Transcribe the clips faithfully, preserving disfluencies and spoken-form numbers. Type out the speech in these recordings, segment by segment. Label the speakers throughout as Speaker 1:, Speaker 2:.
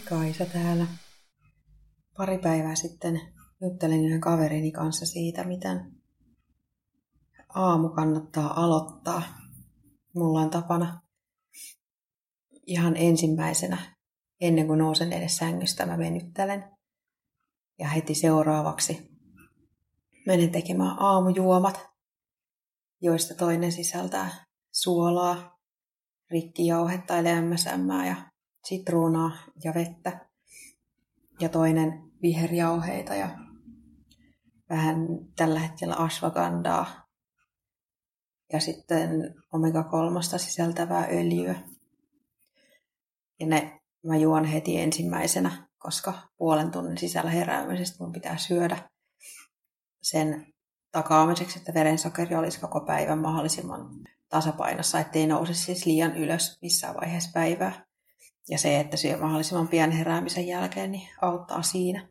Speaker 1: Kaisa täällä. Pari päivää sitten juttelin yhden kaverini kanssa siitä, miten aamu kannattaa aloittaa. Mulla on tapana ihan ensimmäisenä, ennen kuin nousen edes sängystä, mä venyttelen. Ja heti seuraavaksi menen tekemään aamujuomat, joista toinen sisältää suolaa, rikkijauhetta tai lämmäsämmää ja sitruunaa ja vettä. Ja toinen viherjauheita ja vähän tällä hetkellä ashwagandaa. Ja sitten omega kolme sisältävää öljyä. Ja ne mä juon heti ensimmäisenä, koska puolen tunnin sisällä heräämisestä mun pitää syödä sen takaamiseksi, että verensokeri olisi koko päivän mahdollisimman tasapainossa, ettei nouse siis liian ylös missään vaiheessa päivää. Ja se, että syö mahdollisimman pian heräämisen jälkeen, niin auttaa siinä.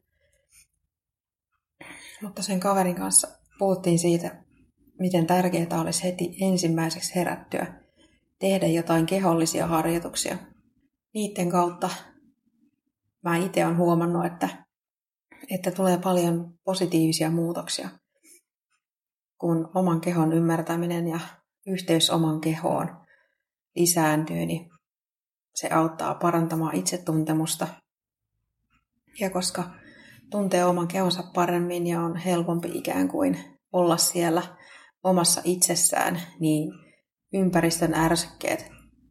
Speaker 1: Mutta sen kaverin kanssa puhuttiin siitä, miten tärkeää olisi heti ensimmäiseksi herättyä tehdä jotain kehollisia harjoituksia. Niiden kautta mä itse olen huomannut, että, että tulee paljon positiivisia muutoksia. Kun oman kehon ymmärtäminen ja yhteys oman kehoon lisääntyy, niin se auttaa parantamaan itsetuntemusta. Ja koska tuntee oman kehonsa paremmin ja on helpompi ikään kuin olla siellä omassa itsessään, niin ympäristön ärsykkeet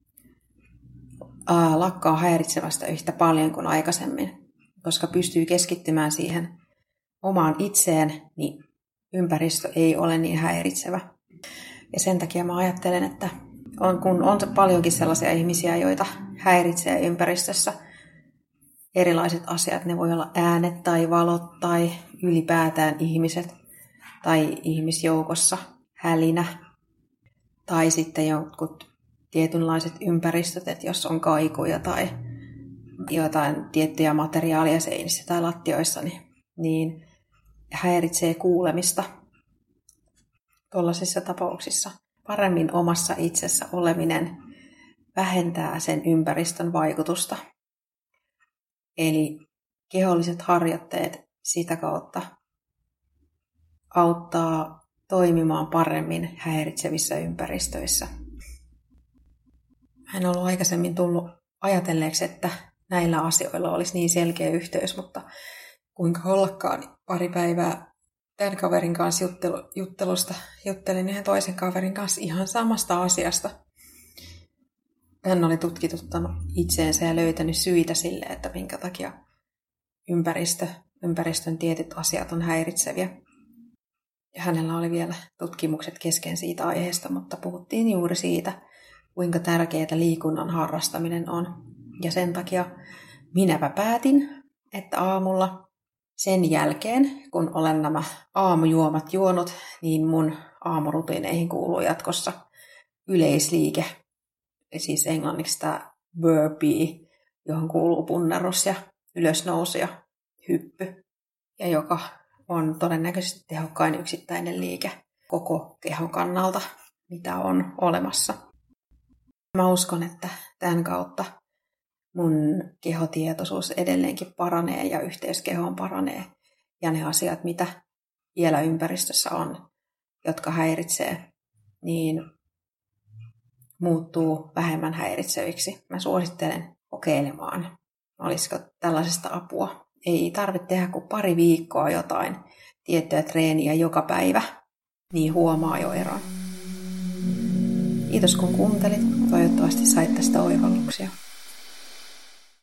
Speaker 1: ää, lakkaa häiritsemästä yhtä paljon kuin aikaisemmin. Koska pystyy keskittymään siihen omaan itseen, niin ympäristö ei ole niin häiritsevä. Ja sen takia mä ajattelen, että on, kun on paljonkin sellaisia ihmisiä, joita häiritsee ympäristössä erilaiset asiat. Ne voi olla äänet tai valot tai ylipäätään ihmiset tai ihmisjoukossa hälinä. Tai sitten jotkut tietynlaiset ympäristöt, että jos on kaikuja tai jotain tiettyjä materiaalia seinissä tai lattioissa, niin, niin häiritsee kuulemista tuollaisissa tapauksissa. Paremmin omassa itsessä oleminen vähentää sen ympäristön vaikutusta. Eli keholliset harjoitteet sitä kautta auttaa toimimaan paremmin häiritsevissä ympäristöissä. Mä en ollut aikaisemmin tullut ajatelleeksi, että näillä asioilla olisi niin selkeä yhteys, mutta kuinka ollakaan niin pari päivää tämän kaverin kanssa juttelu, juttelusta juttelin yhden toisen kaverin kanssa ihan samasta asiasta. Hän oli tutkituttanut itseensä ja löytänyt syitä sille, että minkä takia ympäristö, ympäristön tietyt asiat on häiritseviä. Ja hänellä oli vielä tutkimukset kesken siitä aiheesta, mutta puhuttiin juuri siitä, kuinka tärkeää liikunnan harrastaminen on. Ja sen takia minäpä päätin, että aamulla sen jälkeen, kun olen nämä aamujuomat juonut, niin mun aamurutiineihin kuuluu jatkossa yleisliike. Siis englanniksi tämä burpee, johon kuuluu punnerus ja ylösnousu ja hyppy. Ja joka on todennäköisesti tehokkain yksittäinen liike koko kehon kannalta, mitä on olemassa. Mä uskon, että tämän kautta mun kehotietoisuus edelleenkin paranee ja yhteys kehoon paranee. Ja ne asiat, mitä vielä ympäristössä on, jotka häiritsee, niin muuttuu vähemmän häiritseviksi. Mä suosittelen kokeilemaan, olisiko tällaisesta apua. Ei tarvitse tehdä kuin pari viikkoa jotain tiettyä treeniä joka päivä, niin huomaa jo eron. Kiitos kun kuuntelit. Toivottavasti sait tästä oivalluksia.